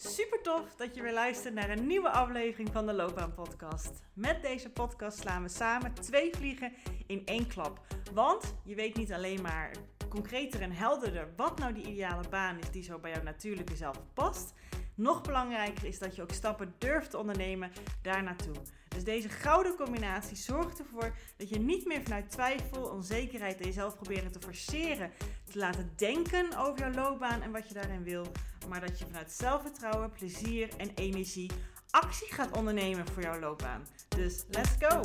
Super tof dat je weer luistert naar een nieuwe aflevering van de Loopbaanpodcast. Met deze podcast slaan we samen 2 vliegen in 1 klap. Want je weet niet alleen maar concreter en helderder wat nou die ideale baan is die zo bij jouw natuurlijke zelf past. Nog belangrijker is dat je ook stappen durft te ondernemen daar naartoe. Dus deze gouden combinatie zorgt ervoor dat je niet meer vanuit twijfel, onzekerheid en jezelf proberen te forceren, te laten denken over jouw loopbaan en wat je daarin wil. Maar dat je vanuit zelfvertrouwen, plezier en energie actie gaat ondernemen voor jouw loopbaan. Dus let's go!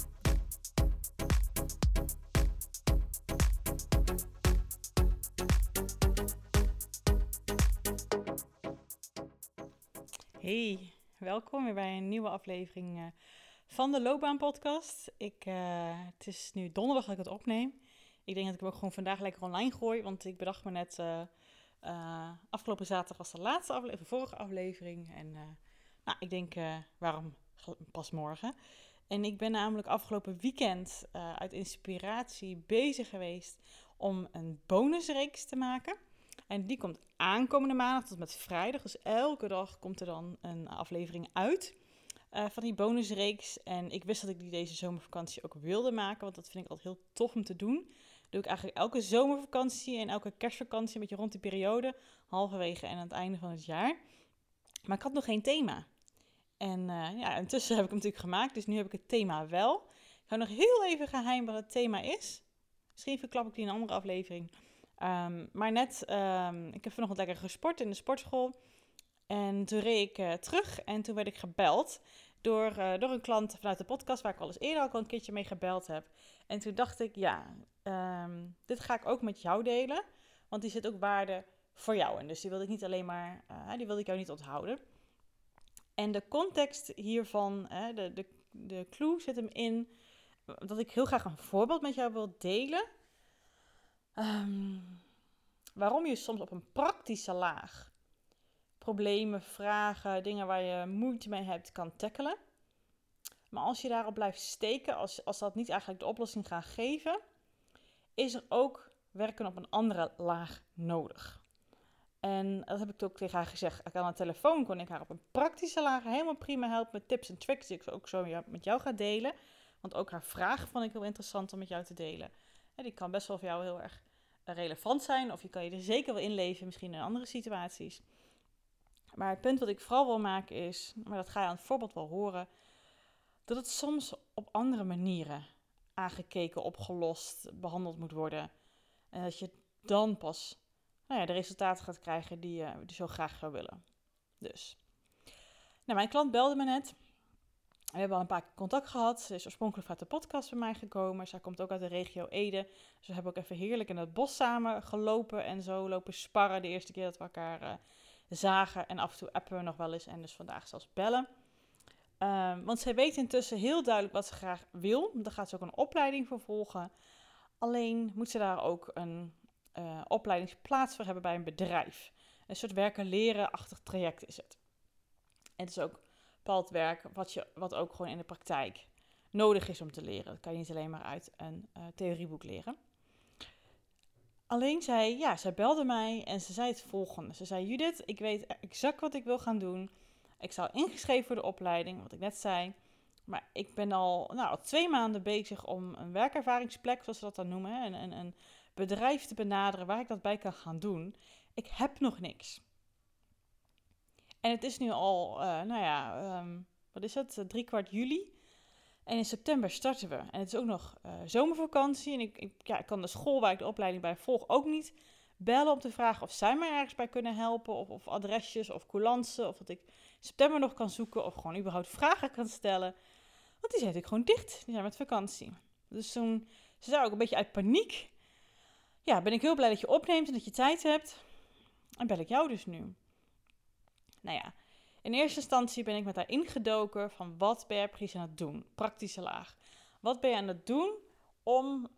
Hey, welkom weer bij een nieuwe aflevering van de Loopbaanpodcast. Het is nu donderdag dat ik het opneem. Ik denk dat ik hem ook gewoon vandaag lekker online gooi, want ik bedacht me net... afgelopen zaterdag was de laatste aflevering, de vorige aflevering. En ik denk, waarom pas morgen? En ik ben namelijk afgelopen weekend uit inspiratie bezig geweest om een bonusreeks te maken. En die komt aankomende maandag tot met vrijdag. Dus elke dag komt er dan een aflevering uit van die bonusreeks. En ik wist dat ik die deze zomervakantie ook wilde maken, want dat vind ik altijd heel tof om te doen. Doe ik eigenlijk elke zomervakantie en elke kerstvakantie, een beetje rond die periode, halverwege en aan het einde van het jaar. Maar ik had nog geen thema. En intussen heb ik hem natuurlijk gemaakt, dus nu heb ik het thema wel. Ik hou nog heel even geheim wat het thema is. Misschien verklap ik die in een andere aflevering. Maar net, ik heb vanochtend lekker gesport in de sportschool. En toen reed ik terug en toen werd ik gebeld door een klant vanuit de podcast, waar ik al eens eerder al een keertje mee gebeld heb. En toen dacht ik, dit ga ik ook met jou delen, want die zit ook waarde voor jou in. Dus die wilde ik niet alleen maar, die wilde ik jou niet onthouden. En de context hiervan, de clue zit hem in dat ik heel graag een voorbeeld met jou wil delen. Waarom je soms op een praktische laag problemen, vragen, dingen waar je moeite mee hebt, kan tackelen. Maar als je daarop blijft steken, als dat niet eigenlijk de oplossing gaat geven, is er ook werken op een andere laag nodig. En dat heb ik ook tegen haar gezegd. Aan de telefoon kon ik haar op een praktische laag helemaal prima helpen met tips en tricks die ik ook zo met jou ga delen. Want ook haar vraag vond ik heel interessant om met jou te delen. En die kan best wel voor jou heel erg relevant zijn, of je kan je er zeker wel inleven, misschien in andere situaties. Maar het punt wat ik vooral wil maken is, maar dat ga je aan het voorbeeld wel horen, dat het soms op andere manieren aangekeken, opgelost, behandeld moet worden. En dat je dan pas de resultaten gaat krijgen die je zo graag zou willen. Dus. Mijn klant belde me net. We hebben al een paar keer contact gehad. Ze is oorspronkelijk vanuit de podcast bij mij gekomen. Zij komt ook uit de regio Ede. Dus we hebben ook even heerlijk in het bos samen gelopen en zo lopen sparren. De eerste keer dat we elkaar zagen. En af en toe appen we nog wel eens en dus vandaag zelfs bellen. Want zij weet intussen heel duidelijk wat ze graag wil. Daar gaat ze ook een opleiding voor volgen. Alleen moet ze daar ook een opleidingsplaats voor hebben bij een bedrijf. Een soort werken-leren-achtig traject is het. En het is ook bepaald werk wat ook gewoon in de praktijk nodig is om te leren. Dat kan je niet alleen maar uit een theorieboek leren. Alleen zij belde mij en ze zei het volgende. Ze zei, Judith, ik weet exact wat ik wil gaan doen. Ik sta ingeschreven voor de opleiding, wat ik net zei. Maar ik ben al 2 maanden bezig om een werkervaringsplek, zoals ze dat dan noemen, een bedrijf te benaderen waar ik dat bij kan gaan doen. Ik heb nog niks. En het is nu al, 3/4 juli. En in september starten we. En het is ook nog zomervakantie. En ik kan de school waar ik de opleiding bij volg ook niet bellen om te vragen of zij mij ergens bij kunnen helpen. Of adresjes of coulances. Of dat ik in september nog kan zoeken. Of gewoon überhaupt vragen kan stellen. Want die zijn natuurlijk gewoon dicht. Die zijn met vakantie. Dus toen, ze zei ook een beetje uit paniek. Ja, ben ik heel blij dat je opneemt en dat je tijd hebt. En bel ik jou dus nu. In eerste instantie ben ik met haar ingedoken van wat ben je precies aan het doen? Praktische laag. Wat ben je aan het doen om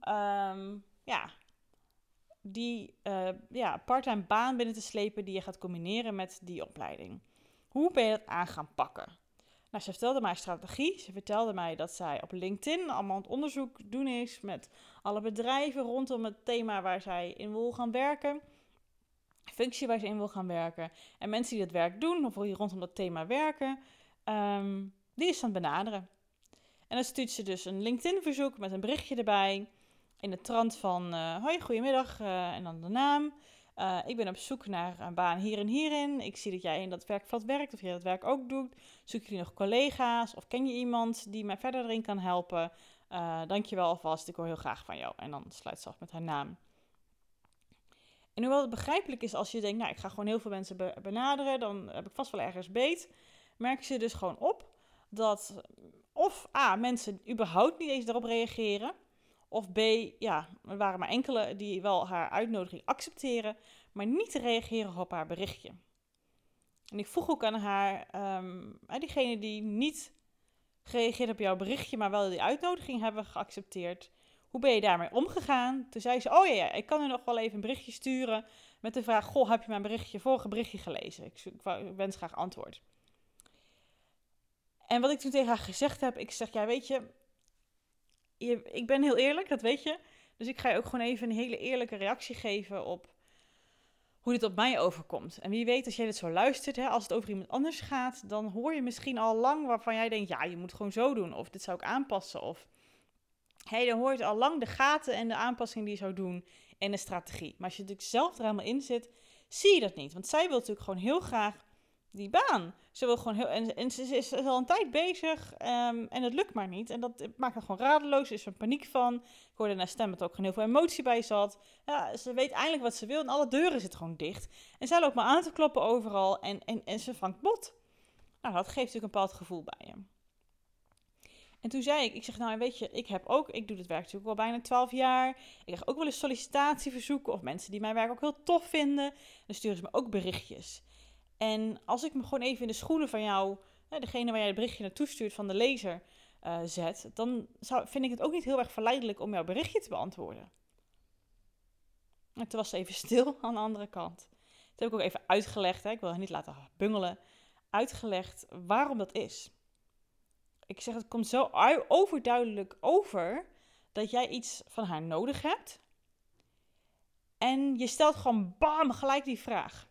die parttime baan binnen te slepen die je gaat combineren met die opleiding? Hoe ben je dat aan gaan pakken? Ze vertelde mij strategie. Ze vertelde mij dat zij op LinkedIn allemaal het onderzoek doen is met alle bedrijven rondom het thema waar zij in wil gaan werken. functie waar ze in wil gaan werken. En mensen die dat werk doen, of die rondom dat thema werken, die is aan het benaderen. En dan stuurt ze dus een LinkedIn-verzoek met een berichtje erbij. In de trant van, hoi, goedemiddag, en dan de naam. Ik ben op zoek naar een baan hier en hierin. Ik zie dat jij in dat werkveld werkt, of jij dat werk ook doet. Zoek jullie nog collega's, of ken je iemand die mij verder erin kan helpen? Dankjewel alvast, ik hoor heel graag van jou. En dan sluit ze af met haar naam. En hoewel het begrijpelijk is als je denkt, nou, ik ga gewoon heel veel mensen benaderen, dan heb ik vast wel ergens beet, merk je dus gewoon op dat of A, mensen überhaupt niet eens daarop reageren, of B, ja, er waren maar enkele die wel haar uitnodiging accepteren, maar niet reageren op haar berichtje. En ik vroeg ook aan haar, diegene die niet gereageerd op jouw berichtje, maar wel die uitnodiging hebben geaccepteerd, hoe ben je daarmee omgegaan? Toen zei ze, oh ja, ik kan u nog wel even een berichtje sturen met de vraag, goh, heb je mijn vorige berichtje gelezen? Ik wens graag antwoord. En wat ik toen tegen haar gezegd heb, ik zeg, ja, weet je, ik ben heel eerlijk, dat weet je. Dus ik ga je ook gewoon even een hele eerlijke reactie geven op hoe dit op mij overkomt. En wie weet, als jij dit zo luistert, hè, als het over iemand anders gaat, dan hoor je misschien al lang waarvan jij denkt, ja, je moet gewoon zo doen. Of dit zou ik aanpassen. Of dan hoort al lang de gaten en de aanpassingen die je zou doen en de strategie. Maar als je natuurlijk zelf er helemaal in zit, zie je dat niet. Want zij wil natuurlijk gewoon heel graag die baan. Ze wil gewoon en ze is al een tijd bezig en het lukt maar niet. En dat maakt haar gewoon radeloos, er is er paniek van. Ik hoorde in haar stem dat er ook gewoon heel veel emotie bij zat. Ja, ze weet eindelijk wat ze wil en alle deuren zitten gewoon dicht. En zij loopt maar aan te kloppen overal en ze vangt bot. Nou, dat geeft natuurlijk een bepaald gevoel bij je. En toen zei ik zeg, nou weet je, ik doe dit werk natuurlijk al bijna 12 jaar. Ik krijg ook wel eens sollicitatieverzoeken of mensen die mijn werk ook heel tof vinden. Dan sturen ze me ook berichtjes. En als ik me gewoon even in de schoenen van jou, degene waar jij het berichtje naartoe stuurt van de lezer, zet, dan vind ik het ook niet heel erg verleidelijk om jouw berichtje te beantwoorden. En toen was ze even stil aan de andere kant. Toen heb ik ook even uitgelegd, ik wil haar niet laten bungelen, uitgelegd waarom dat is. Ik zeg, het komt zo overduidelijk over dat jij iets van haar nodig hebt. En je stelt gewoon bam, gelijk die vraag.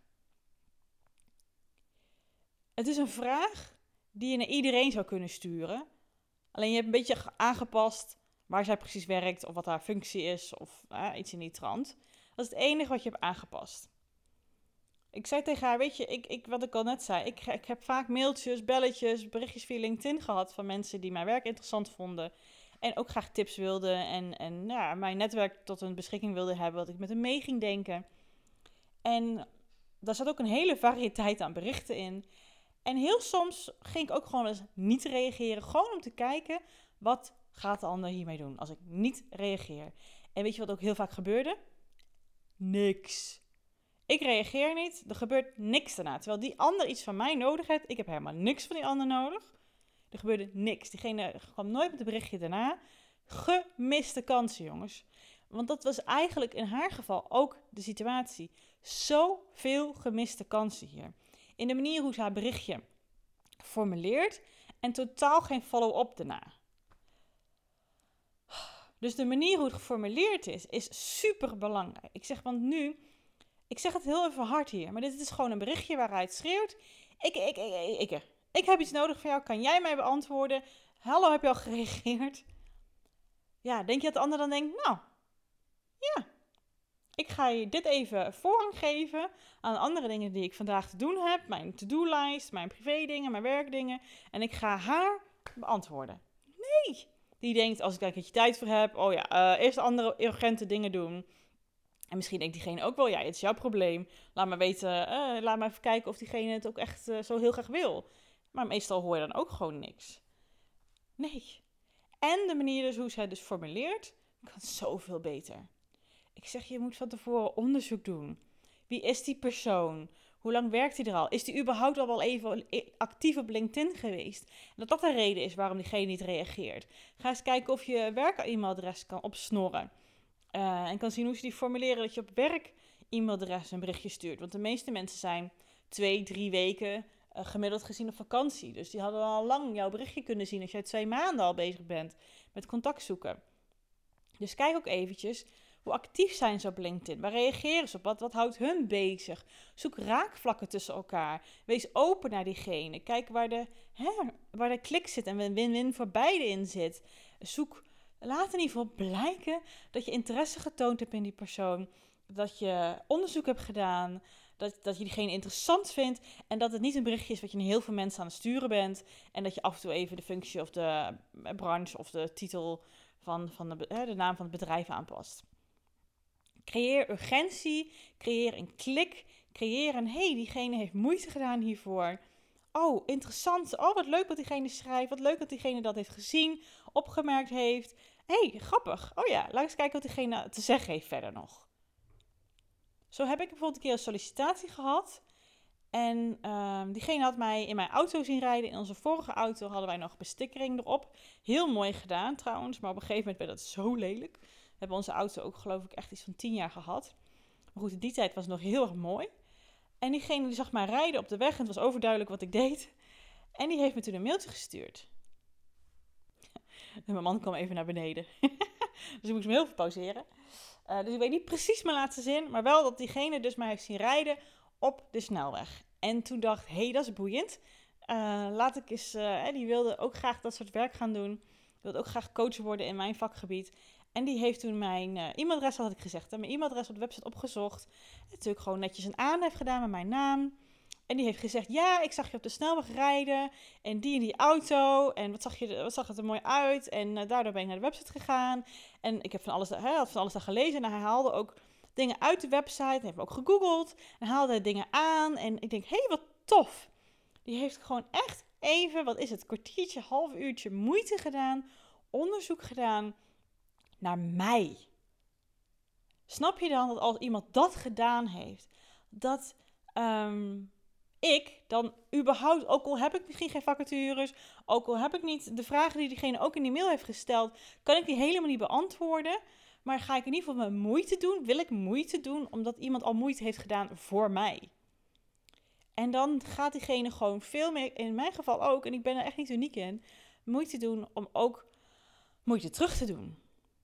Het is een vraag die je naar iedereen zou kunnen sturen. Alleen je hebt een beetje aangepast waar zij precies werkt of wat haar functie is of iets in die trant. Dat is het enige wat je hebt aangepast. Ik zei tegen haar, weet je, wat ik al net zei, ik heb vaak mailtjes, belletjes, berichtjes via LinkedIn gehad van mensen die mijn werk interessant vonden. En ook graag tips wilden en mijn netwerk tot hun beschikking wilden hebben, wat ik met hen mee ging denken. En daar zat ook een hele variëteit aan berichten in. En heel soms ging ik ook gewoon eens niet reageren, gewoon om te kijken, wat gaat de ander hiermee doen als ik niet reageer. En weet je wat ook heel vaak gebeurde? Niks. Ik reageer niet, er gebeurt niks daarna. Terwijl die ander iets van mij nodig heeft, ik heb helemaal niks van die ander nodig. Er gebeurde niks. Diegene kwam nooit met een berichtje daarna. Gemiste kansen, jongens. Want dat was eigenlijk in haar geval ook de situatie. Zoveel gemiste kansen hier. In de manier hoe ze haar berichtje formuleert en totaal geen follow-up daarna. Dus de manier hoe het geformuleerd is super belangrijk. Ik zeg het heel even hard hier, maar dit is gewoon een berichtje waaruit schreeuwt. Ik heb iets nodig van jou, kan jij mij beantwoorden? Hallo, heb je al gereageerd? Ja, denk je dat de ander dan denkt, nou, ja, ik ga je dit even voorrang geven aan andere dingen die ik vandaag te doen heb. Mijn to-do-lijst, mijn privé-dingen, mijn werkdingen. En ik ga haar beantwoorden. Nee, die denkt, als ik daar een keertje tijd voor heb, eerst andere urgente dingen doen. En misschien denkt diegene ook wel, ja, het is jouw probleem. Laat me weten, laat me even kijken of diegene het ook echt zo heel graag wil. Maar meestal hoor je dan ook gewoon niks. Nee. En de manier dus hoe zij het dus formuleert, kan zoveel beter. Ik zeg, je moet van tevoren onderzoek doen. Wie is die persoon? Hoe lang werkt hij er al? Is die überhaupt al wel even actief op LinkedIn geweest? En dat de reden is waarom diegene niet reageert. Ga eens kijken of je werk-e-mailadres kan opsnorren. En kan zien hoe ze die formuleren dat je op werk-e-mailadres een berichtje stuurt. Want de meeste mensen zijn 2-3 weken gemiddeld gezien op vakantie. Dus die hadden al lang jouw berichtje kunnen zien als jij 2 maanden al bezig bent met contact zoeken. Dus kijk ook eventjes Hoe actief zijn ze op LinkedIn? Waar reageren ze op? Wat houdt hun bezig? Zoek raakvlakken tussen elkaar. Wees open naar diegene. Kijk waar de klik zit en win-win voor beide in zit. Laat in ieder geval blijken dat je interesse getoond hebt in die persoon. Dat je onderzoek hebt gedaan. Dat je diegene interessant vindt. En dat het niet een berichtje is wat je naar heel veel mensen aan het sturen bent. En dat je af en toe even de functie of de branche of de titel van de naam van het bedrijf aanpast. Creëer urgentie. Creëer een klik. Creëer een, diegene heeft moeite gedaan hiervoor. Oh, interessant. Oh, wat leuk wat diegene schrijft. Wat leuk dat diegene dat heeft gezien, opgemerkt heeft. Grappig. Oh ja, laat eens kijken wat diegene te zeggen heeft verder nog. Zo heb ik bijvoorbeeld een keer een sollicitatie gehad. En diegene had mij in mijn auto zien rijden. In onze vorige auto hadden wij nog bestikkering erop. Heel mooi gedaan trouwens, maar op een gegeven moment werd het zo lelijk. We hebben onze auto ook geloof ik echt iets van 10 jaar gehad. Maar goed, in die tijd was het nog heel erg mooi. En diegene die zag mij rijden op de weg en het was overduidelijk wat ik deed. En die heeft me toen een mailtje gestuurd. En mijn man kwam even naar beneden. Dus ik moest me heel veel pauzeren. Dus ik weet niet precies mijn laatste zin, maar wel dat diegene dus mij heeft zien rijden op de snelweg. En toen dacht ik, dat is boeiend. Laat ik eens, die wilde ook graag dat soort werk gaan doen. Wilde ook graag coach worden in mijn vakgebied. En die heeft toen mijn e-mailadres, had ik gezegd, mijn e-mailadres op de website opgezocht. En natuurlijk gewoon netjes een heeft gedaan met mijn naam. En die heeft gezegd, ja, ik zag je op de snelweg rijden en die auto. En wat zag het er mooi uit. En daardoor ben ik naar de website gegaan. En ik heb had van alles daar gelezen. En hij haalde ook dingen uit de website. Hij heeft me ook gegoogeld. En haalde dingen aan. En ik denk, wat tof. Die heeft gewoon echt even, kwartiertje, half uurtje moeite gedaan. Onderzoek gedaan naar mij. Snap je dan dat als iemand dat gedaan heeft, dat ik dan überhaupt, ook al heb ik misschien geen vacatures, ook al heb ik niet de vragen die diegene ook in die mail heeft gesteld, kan ik die helemaal niet beantwoorden. Maar ga ik in ieder geval mijn moeite doen, wil ik moeite doen, omdat iemand al moeite heeft gedaan voor mij. En dan gaat diegene gewoon veel meer, in mijn geval ook, en ik ben er echt niet uniek in, moeite doen om ook moeite terug te doen.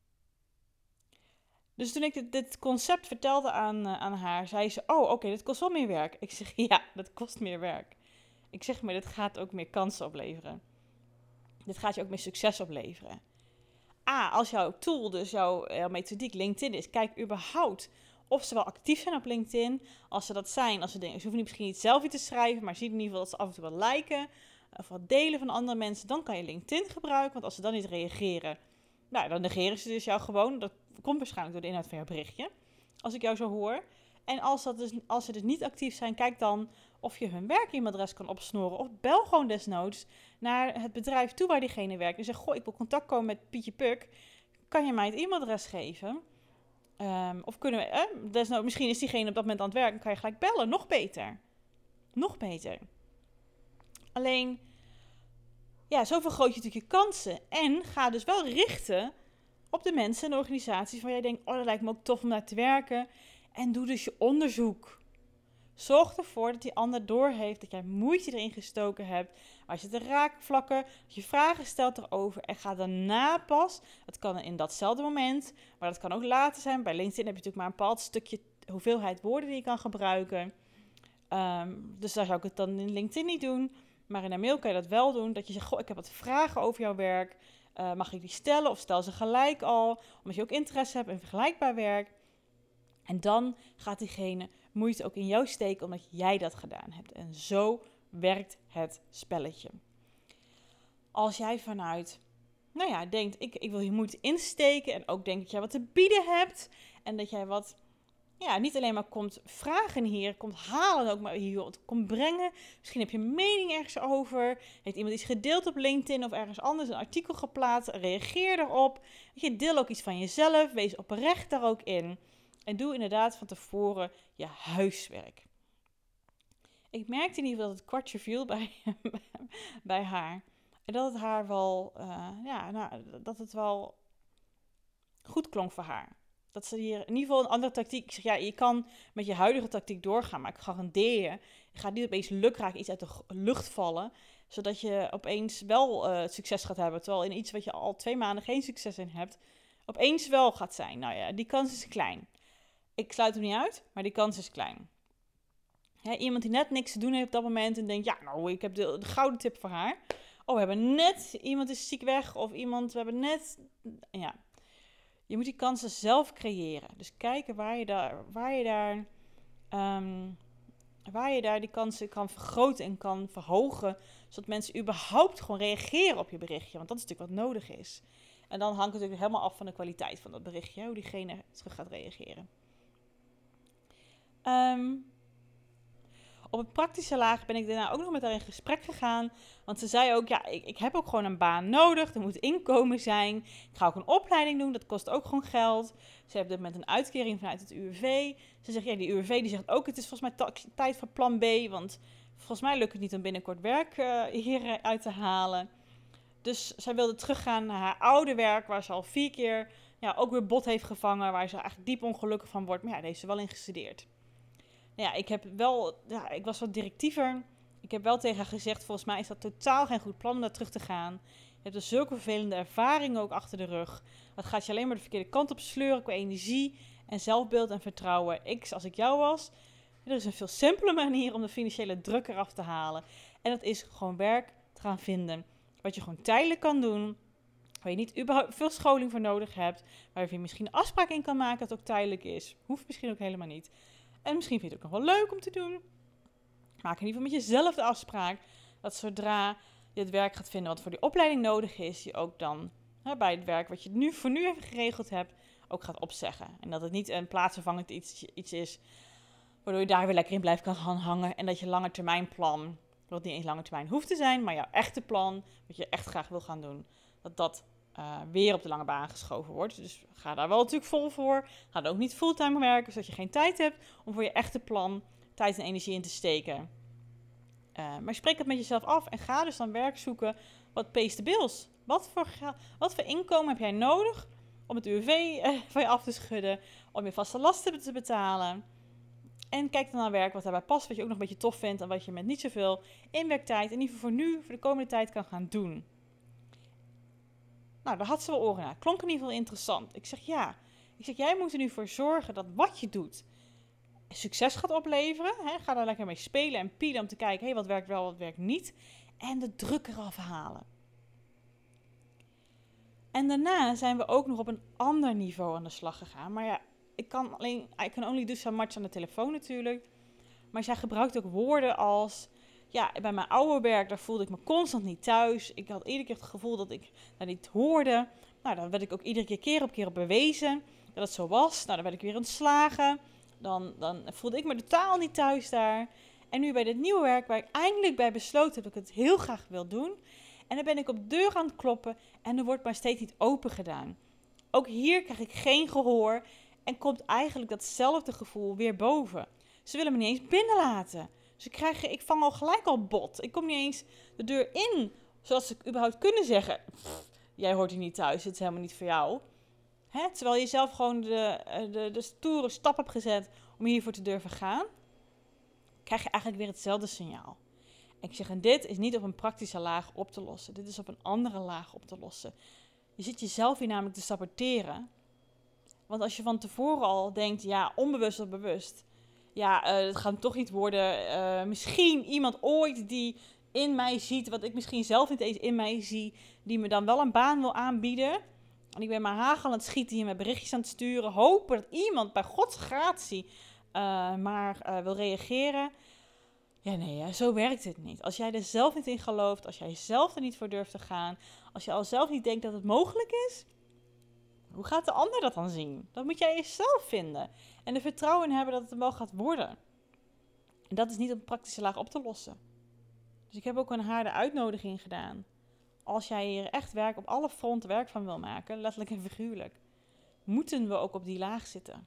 Dus toen ik dit concept vertelde aan haar, zei ze, oké, dit kost wel meer werk. Ik zeg, ja, dat kost meer werk. Ik zeg, maar dit gaat ook meer kansen opleveren. Dit gaat je ook meer succes opleveren. Als jouw tool, dus jouw methodiek LinkedIn is, kijk überhaupt of ze wel actief zijn op LinkedIn. Als ze dat zijn, ze hoeven misschien niet zelf iets te schrijven, maar zie in ieder geval dat ze af en toe wat liken of wat delen van andere mensen, dan kan je LinkedIn gebruiken. Want als ze dan niet reageren, dan negeren ze dus jou gewoon. Dat komt waarschijnlijk door de inhoud van jouw berichtje, als ik jou zo hoor. En als ze dus niet actief zijn, kijk dan of je hun werk-e-mailadres kan opsnoren. Of bel gewoon desnoods naar het bedrijf toe waar diegene werkt. En zeg, ik wil contact komen met Pietje Puk. Kan je mij het e-mailadres geven? Of kunnen we, desnoods, misschien is diegene op dat moment aan het werk, dan kan je gelijk bellen. Nog beter. Nog beter. Alleen, zo vergroot je natuurlijk je kansen. En ga dus wel richten op de mensen en organisaties waar jij denkt, dat lijkt me ook tof om naar te werken. En doe dus je onderzoek. Zorg ervoor dat die ander doorheeft dat jij moeite erin gestoken hebt. Waar zitten raakvlakken, dat je vragen stelt erover. En ga daarna pas, dat kan in datzelfde moment, maar dat kan ook later zijn. Bij LinkedIn heb je natuurlijk maar een bepaald stukje hoeveelheid woorden die je kan gebruiken. Dus daar zou ik het dan in LinkedIn niet doen. Maar in een mail kan je dat wel doen. Dat je zegt, ik heb wat vragen over jouw werk. Mag ik die stellen of stel ze gelijk al? Omdat je ook interesse hebt in vergelijkbaar werk. En dan gaat diegene moeite ook in jou steken omdat jij dat gedaan hebt. En zo werkt het spelletje. Als jij vanuit, denkt, ik wil hier moeite insteken. En ook denkt dat jij wat te bieden hebt. En dat jij wat, niet alleen maar komt vragen hier, komt halen, ook maar hier komt brengen. Misschien heb je een mening ergens over. Heeft iemand iets gedeeld op LinkedIn of ergens anders, een artikel geplaatst. Reageer erop. Deel ook iets van jezelf. Wees oprecht daar ook in. En doe inderdaad van tevoren je huiswerk. Ik merkte in ieder geval dat het kwartje viel bij haar. En dat het haar wel, dat het wel goed klonk voor haar. Dat ze hier in ieder geval een andere tactiek. Ik zeg, je kan met je huidige tactiek doorgaan, maar ik garandeer je, je gaat niet opeens lukraak iets uit de lucht vallen, zodat je opeens wel succes gaat hebben. Terwijl in iets wat je al 2 maanden geen succes in hebt, opeens wel gaat zijn. Nou ja, die kans is klein. Ik sluit hem niet uit, maar die kans is klein. Iemand die net niks te doen heeft op dat moment en denkt, ja, nou, ik heb de gouden tip voor haar. Oh, we hebben net, iemand is ziek weg of we hebben net, ja. Je moet die kansen zelf creëren. Dus kijken waar je daar die kansen kan vergroten en kan verhogen, zodat mensen überhaupt gewoon reageren op je berichtje. Want dat is natuurlijk wat nodig is. En dan hangt het natuurlijk helemaal af van de kwaliteit van dat berichtje, hoe diegene terug gaat reageren. Op het praktische laag ben ik daarna ook nog met haar in gesprek gegaan. Want ze zei ook, ja, ik heb ook gewoon een baan nodig. Er moet inkomen zijn. Ik ga ook een opleiding doen. Dat kost ook gewoon geld. Ze heeft op dit moment een uitkering vanuit het UWV. Ze zegt, ja, die UWV die zegt ook, het is volgens mij tijd voor plan B. Want volgens mij lukt het niet om binnenkort werk hier uit te halen. Dus zij wilde teruggaan naar haar oude werk, waar ze al 4 keer ook weer bot heeft gevangen. Waar ze eigenlijk diep ongelukkig van wordt. Maar ja, daar heeft ze wel in gestudeerd. Ja, ik was wat directiever. Ik heb wel tegen haar gezegd, volgens mij is dat totaal geen goed plan om daar terug te gaan. Je hebt dus zulke vervelende ervaringen ook achter de rug. Dat gaat je alleen maar de verkeerde kant op sleuren qua energie en zelfbeeld en vertrouwen. Als ik jou was, er is een veel simpele manier om de financiële druk eraf te halen. En dat is gewoon werk te gaan vinden. Wat je gewoon tijdelijk kan doen. Waar je niet überhaupt veel scholing voor nodig hebt. Waar je misschien een afspraak in kan maken dat het ook tijdelijk is. Hoeft misschien ook helemaal niet. En misschien vind je het ook nog wel leuk om te doen. Maak in ieder geval met jezelf de afspraak dat zodra je het werk gaat vinden wat voor die opleiding nodig is, je ook dan bij het werk wat je voor nu even geregeld hebt, ook gaat opzeggen. En dat het niet een plaatsvervangend iets is, waardoor je daar weer lekker in blijft kan gaan hangen. En dat je langetermijnplan, wat niet eens langetermijn hoeft te zijn, maar jouw echte plan, wat je echt graag wil gaan doen, dat weer op de lange baan geschoven wordt. Dus ga daar wel natuurlijk vol voor. Ga er ook niet fulltime werken, zodat je geen tijd hebt om voor je echte plan tijd en energie in te steken. Maar spreek het met jezelf af en ga dus dan werk zoeken wat pays the bills. Wat voor inkomen heb jij nodig om het UWV van je af te schudden, om je vaste lasten te betalen? En kijk dan naar werk wat daarbij past, wat je ook nog een beetje tof vindt en wat je met niet zoveel inwerktijd, in ieder geval voor nu, voor de komende tijd kan gaan doen. Nou, daar had ze wel oren naar. Klonk in ieder geval interessant. Ik zeg ja. Jij moet er nu voor zorgen dat wat je doet succes gaat opleveren. Ga daar lekker mee spelen en pielen om te kijken, wat werkt wel, wat werkt niet. En de druk eraf halen. En daarna zijn we ook nog op een ander niveau aan de slag gegaan. Maar ja, I can only do so much aan de telefoon natuurlijk. Maar zij gebruikt ook woorden als, ja, bij mijn oude werk, daar voelde ik me constant niet thuis. Ik had iedere keer het gevoel dat ik daar niet hoorde. Nou, dan werd ik ook iedere keer op bewezen dat het zo was. Nou, dan werd ik weer ontslagen. Dan voelde ik me totaal niet thuis daar. En nu bij dit nieuwe werk, waar ik eindelijk bij besloten heb dat ik het heel graag wil doen. En dan ben ik op deur aan het kloppen en er wordt maar steeds niet open gedaan. Ook hier krijg ik geen gehoor en komt eigenlijk datzelfde gevoel weer boven. Ze willen me niet eens binnenlaten. Dus ik vang al gelijk al bot. Ik kom niet eens de deur in, zodat ze überhaupt kunnen zeggen, jij hoort hier niet thuis, het is helemaal niet voor jou. Terwijl je zelf gewoon de stoere stap hebt gezet om hiervoor te durven gaan, krijg je eigenlijk weer hetzelfde signaal. En ik zeg, en dit is niet op een praktische laag op te lossen. Dit is op een andere laag op te lossen. Je zit jezelf hier namelijk te saboteren. Want als je van tevoren al denkt, ja, onbewust of bewust, ja, het gaat toch niet worden. Misschien iemand ooit die in mij ziet, wat ik misschien zelf niet eens in mij zie, die me dan wel een baan wil aanbieden. En ik ben maar hagel aan het schieten hier met berichtjes aan het sturen. Hopen dat iemand bij Gods gratie wil reageren. Ja, nee, zo werkt het niet. Als jij er zelf niet in gelooft, als jij zelf er niet voor durft te gaan, als je al zelf niet denkt dat het mogelijk is, hoe gaat de ander dat dan zien? Dat moet jij jezelf vinden. En er vertrouwen in hebben dat het wel gaat worden. En dat is niet op een praktische laag op te lossen. Dus ik heb ook een harde uitnodiging gedaan. Als jij hier echt op alle fronten werk van wil maken, letterlijk en figuurlijk, moeten we ook op die laag zitten.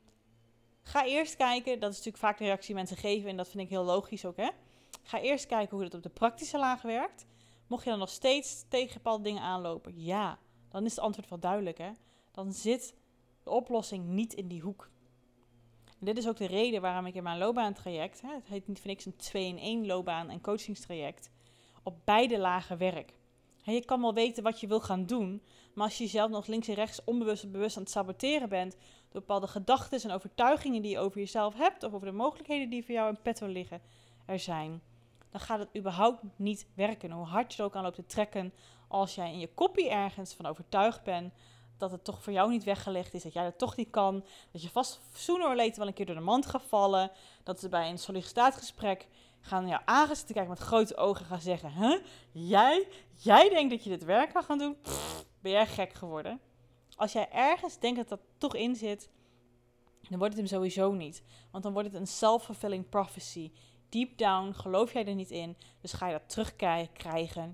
Ga eerst kijken, dat is natuurlijk vaak de reactie die mensen geven en dat vind ik heel logisch ook, hè. Ga eerst kijken hoe het op de praktische laag werkt. Mocht je dan nog steeds tegen bepaalde dingen aanlopen, ja, dan is het antwoord wel duidelijk, hè. Dan zit de oplossing niet in die hoek. En dit is ook de reden waarom ik in mijn loopbaantraject, het heet niet voor niks een 2-in-1 loopbaan en coachingstraject, op beide lagen werk. je kan wel weten wat je wil gaan doen, maar als je jezelf nog links en rechts onbewust of bewust aan het saboteren bent door bepaalde gedachten en overtuigingen die je over jezelf hebt of over de mogelijkheden die voor jou in petto liggen er zijn, dan gaat het überhaupt niet werken. Hoe hard je er ook aan loopt te trekken, als jij in je koppie ergens van overtuigd bent dat het toch voor jou niet weggelegd is, dat jij dat toch niet kan, dat je vast sooner or later wel een keer door de mand gaat vallen, dat ze bij een sollicitatiegesprek gaan jou aangezicht te kijken met grote ogen gaan zeggen, huh? Jij denkt dat je dit werk kan gaan doen? Pff, ben jij gek geworden? Als jij ergens denkt dat dat toch in zit, dan wordt het hem sowieso niet. Want dan wordt het een self-fulfilling prophecy. Deep down geloof jij er niet in, dus ga je dat terugkrijgen.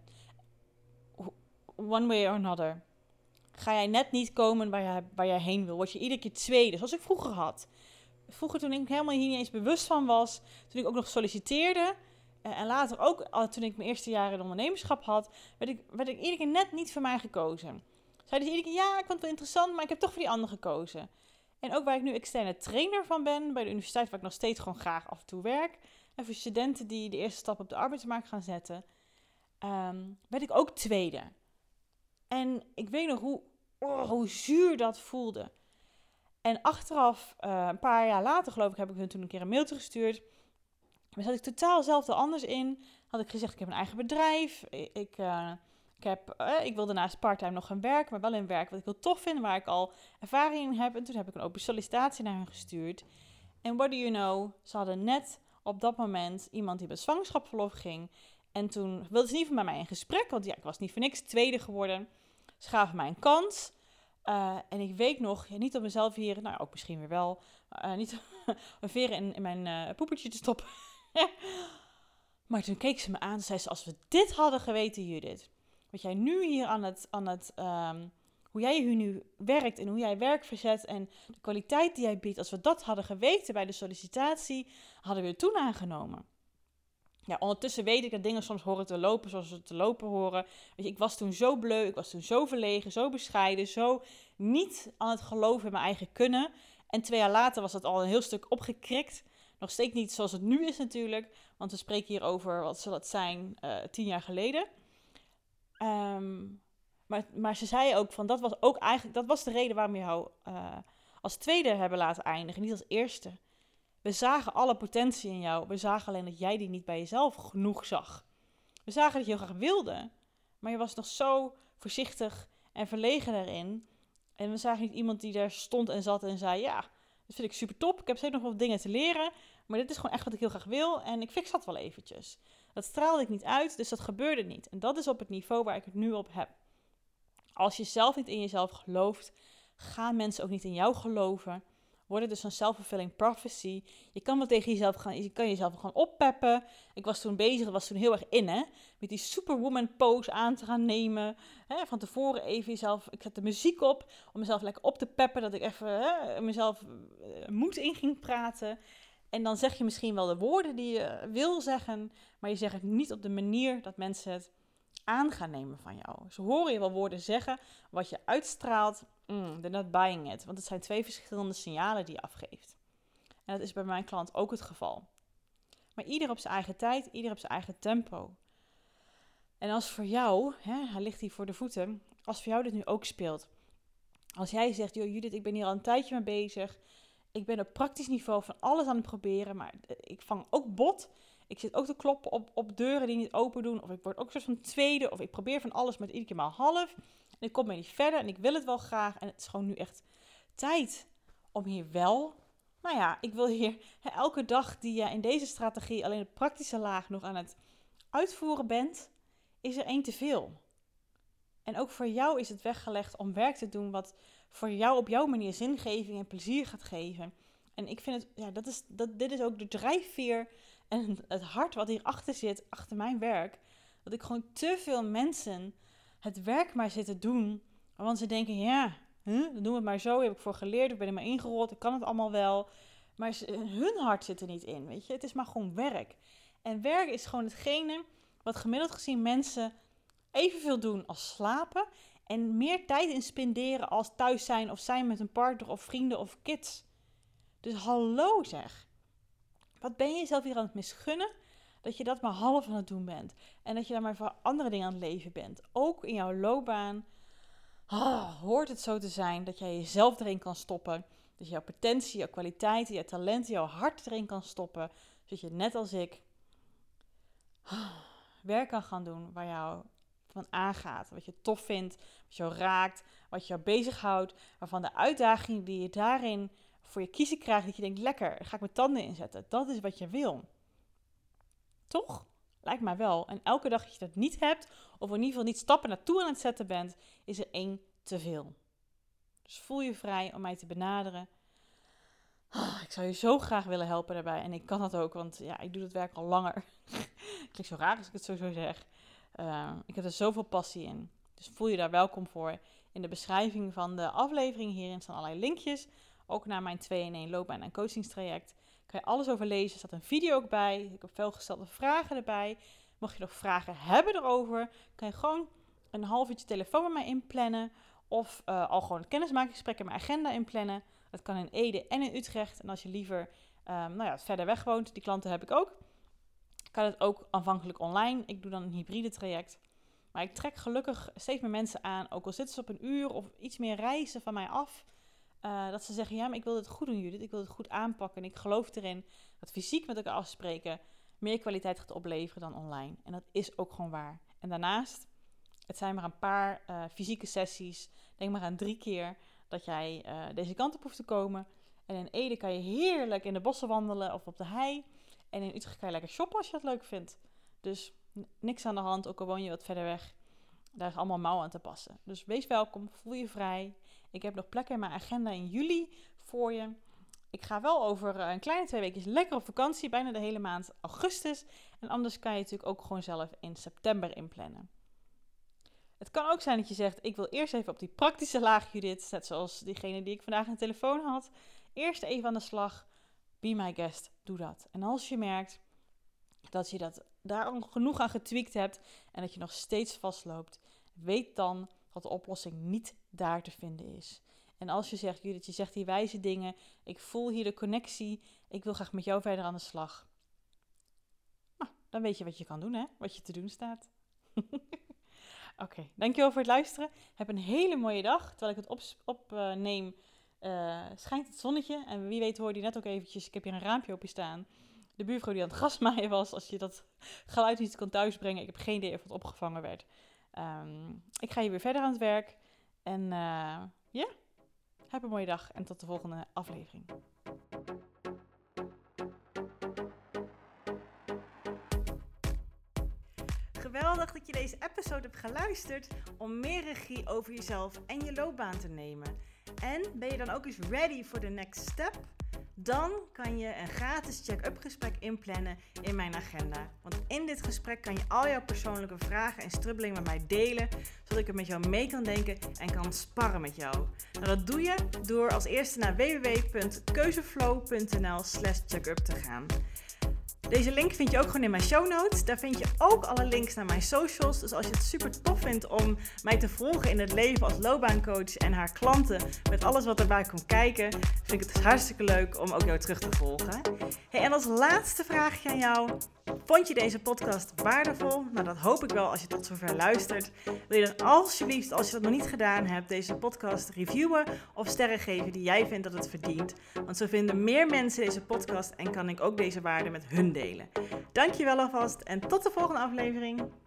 One way or another. Ga jij net niet komen waar jij heen wil. Word je iedere keer tweede, zoals ik vroeger had. Vroeger toen ik helemaal hier niet eens bewust van was. Toen ik ook nog solliciteerde. En later ook, toen ik mijn eerste jaren in ondernemerschap had. Werd ik iedere keer net niet voor mij gekozen. Zeiden ze iedere keer, ja, ik vond het wel interessant, maar ik heb toch voor die ander gekozen. En ook waar ik nu externe trainer van ben. Bij de universiteit waar ik nog steeds gewoon graag af en toe werk. En voor studenten die de eerste stap op de arbeidsmarkt gaan zetten. Werd ik ook tweede. En ik weet nog hoe zuur dat voelde. En achteraf, een paar jaar later geloof ik, heb ik hun toen een keer een mailtje gestuurd. Maar zat ik totaal zelf er anders in. Had ik gezegd, ik heb een eigen bedrijf. Ik wil daarnaast parttime nog gaan werken, maar wel in werk wat ik heel tof vind, waar ik al ervaring in heb. En toen heb ik een open sollicitatie naar hen gestuurd. En what do you know, ze hadden net op dat moment iemand die bij zwangerschapsverlof ging. En toen wilden ze niet van mij in gesprek, want ja, ik was niet voor niks tweede geworden. Ze gaven mij een kans. En ik weet nog, niet op mezelf hier, nou ook misschien weer wel, niet een veren in mijn poepertje te stoppen. Maar toen keek ze me aan en zei ze, als we dit hadden geweten, Judith, wat jij nu hier hoe jij hier nu werkt en hoe jij werk verzet en de kwaliteit die jij biedt, als we dat hadden geweten bij de sollicitatie, hadden we het toen aangenomen. Ja, ondertussen weet ik dat dingen soms horen te lopen zoals ze te lopen horen. Weet je, ik was toen zo bleu, ik was toen zo verlegen, zo bescheiden, zo niet aan het geloven in mijn eigen kunnen. En 2 jaar later was dat al een heel stuk opgekrikt. Nog steeds niet zoals het nu is natuurlijk, want we spreken hier over, wat zal het zijn, 10 jaar geleden. Maar ze zei ook van, dat was de reden waarom we jou als tweede hebben laten eindigen, niet als eerste. We zagen alle potentie in jou. We zagen alleen dat jij die niet bij jezelf genoeg zag. We zagen dat je heel graag wilde. Maar je was nog zo voorzichtig en verlegen daarin. En we zagen niet iemand die daar stond en zat en zei, ja, dat vind ik super top. Ik heb steeds nog wat dingen te leren. Maar dit is gewoon echt wat ik heel graag wil. En ik fix dat wel eventjes. Dat straalde ik niet uit, dus dat gebeurde niet. En dat is op het niveau waar ik het nu op heb. Als je zelf niet in jezelf gelooft, gaan mensen ook niet in jou geloven. Wordt het dus een self-fulfilling prophecy. Je kan wel tegen jezelf gaan, je kan jezelf gaan oppeppen. Ik was toen bezig, dat was toen heel erg in, hè. Met die superwoman pose aan te gaan nemen. Hè, van tevoren even jezelf, ik zet de muziek op om mezelf lekker op te peppen. Dat ik even mezelf moed in ging praten. En dan zeg je misschien wel de woorden die je wil zeggen. Maar je zegt het niet op de manier dat mensen het aan gaan nemen van jou. Ze horen je wel woorden zeggen, wat je uitstraalt. They're not buying it. Want het zijn 2 verschillende signalen die je afgeeft. En dat is bij mijn klant ook het geval. Maar ieder op zijn eigen tijd, ieder op zijn eigen tempo. En als voor jou, hij ligt hier voor de voeten, als voor jou dit nu ook speelt. Als jij zegt, joh Judith, ik ben hier al een tijdje mee bezig. Ik ben op praktisch niveau van alles aan het proberen, maar ik vang ook bot. Ik zit ook te kloppen op deuren die niet open doen. Of ik word ook een soort van tweede. Of ik probeer van alles, maar iedere keer maar half. En ik kom maar niet verder en ik wil het wel graag. En het is gewoon nu echt tijd om hier wel... Nou ja, ik wil hier elke dag die je in deze strategie alleen de praktische laag nog aan het uitvoeren bent, is er 1 te veel. En ook voor jou is het weggelegd om werk te doen wat voor jou op jouw manier zingeving en plezier gaat geven. En ik vind het, dit is ook de drijfveer en het hart wat hierachter zit, achter mijn werk. Dat ik gewoon te veel mensen het werk maar zitten doen, want ze denken, dan doen we het maar zo, heb ik voor geleerd, ik ben er maar ingerold, ik kan het allemaal wel. Maar hun hart zit er niet in, weet je. Het is maar gewoon werk. En werk is gewoon hetgene wat gemiddeld gezien mensen evenveel doen als slapen en meer tijd in spenderen als thuis zijn of zijn met een partner of vrienden of kids. Dus hallo zeg. Wat ben je jezelf hier aan het misgunnen? dat je dat maar half aan het doen bent. En dat je daar maar voor andere dingen aan het leven bent. Ook in jouw loopbaan hoort het zo te zijn dat jij jezelf erin kan stoppen. Dat je jouw potentie, jouw kwaliteiten, jouw talenten, jouw hart erin kan stoppen. Zodat je net als ik werk kan gaan doen waar jou van aangaat. Wat je tof vindt, wat jou raakt, wat jou bezighoudt. Waarvan de uitdaging die je daarin voor je kiezen krijgt, dat je denkt, lekker, ga ik mijn tanden inzetten. Dat is wat je wil. Toch? Lijkt mij wel. En elke dag dat je dat niet hebt, of in ieder geval niet stappen naartoe aan het zetten bent, is er 1 te veel. Dus voel je vrij om mij te benaderen. Ik zou je zo graag willen helpen daarbij. En ik kan dat ook, want ja, ik doe dat werk al langer. Klinkt zo raar als ik het zo zeg. Ik heb er zoveel passie in. Dus voel je daar welkom voor. In de beschrijving van de aflevering hierin staan allerlei linkjes. Ook naar mijn 2-in-1 loopbaan- en coachingstraject. Kan je alles over lezen. Er staat een video ook bij. Ik heb veelgestelde vragen erbij. Mocht je nog vragen hebben erover, kan je gewoon een half uurtje telefoon met mij inplannen. Of al gewoon een kennismakingsgesprek in mijn agenda inplannen. Dat kan in Ede en in Utrecht. En als je liever verder weg woont, die klanten heb ik ook, kan het ook aanvankelijk online. Ik doe dan een hybride traject. Maar ik trek gelukkig steeds meer mensen aan, ook al zitten ze op een uur of iets meer reizen van mij af. Dat ze zeggen, ja, maar ik wil dit goed doen, Judith. Ik wil het goed aanpakken. En ik geloof erin dat fysiek met elkaar afspreken meer kwaliteit gaat opleveren dan online. En dat is ook gewoon waar. En daarnaast, het zijn maar een paar fysieke sessies. Denk maar aan 3 keer dat jij deze kant op hoeft te komen. En in Ede kan je heerlijk in de bossen wandelen of op de hei. En in Utrecht kan je lekker shoppen als je dat leuk vindt. Dus niks aan de hand, ook al woon je wat verder weg. Daar is allemaal mouw aan te passen. Dus wees welkom, voel je vrij. Ik heb nog plekken in mijn agenda in juli voor je. Ik ga wel over een kleine 2 weken lekker op vakantie, bijna de hele maand augustus. En anders kan je natuurlijk ook gewoon zelf in september inplannen. Het kan ook zijn dat je zegt, ik wil eerst even op die praktische laag, Judith. Net zoals diegene die ik vandaag aan de telefoon had. Eerst even aan de slag. Be my guest, doe dat. En als je merkt dat je daar al genoeg aan getweakt hebt en dat je nog steeds vastloopt, weet dan dat de oplossing niet daar te vinden is. En als je zegt, Judith, je zegt die wijze dingen, ik voel hier de connectie, ik wil graag met jou verder aan de slag. Nou, dan weet je wat je kan doen, hè? Wat je te doen staat. Oké, dankjewel voor het luisteren. Heb een hele mooie dag. Terwijl ik het opneem, schijnt het zonnetje. En wie weet hoorde je net ook eventjes, ik heb hier een raampje open staan. De buurvrouw die aan het grasmaaien was, als je dat geluid niet kan thuisbrengen. Ik heb geen idee of het opgevangen werd. Ik ga hier weer verder aan het werk. En heb een mooie dag en tot de volgende aflevering. Geweldig dat je deze episode hebt geluisterd om meer regie over jezelf en je loopbaan te nemen. En ben je dan ook eens ready for the next step? Dan kan je een gratis check-up gesprek inplannen in mijn agenda. Want in dit gesprek kan je al jouw persoonlijke vragen en strubbelingen met mij delen, zodat ik er met jou mee kan denken en kan sparren met jou. Nou, dat doe je door als eerste naar www.keuzeflow.nl/checkup te gaan. Deze link vind je ook gewoon in mijn show notes. Daar vind je ook alle links naar mijn socials. Dus als je het super tof vindt om mij te volgen in het leven als loopbaancoach en haar klanten met alles wat erbij komt kijken, vind ik het hartstikke leuk om ook jou terug te volgen. Hey, en als laatste vraagje aan jou. Vond je deze podcast waardevol? Nou, dat hoop ik wel als je tot zover luistert. Wil je dan alsjeblieft, als je dat nog niet gedaan hebt, deze podcast reviewen of sterren geven die jij vindt dat het verdient. Want zo vinden meer mensen deze podcast en kan ik ook deze waarde met hun delen. Dankjewel alvast en tot de volgende aflevering.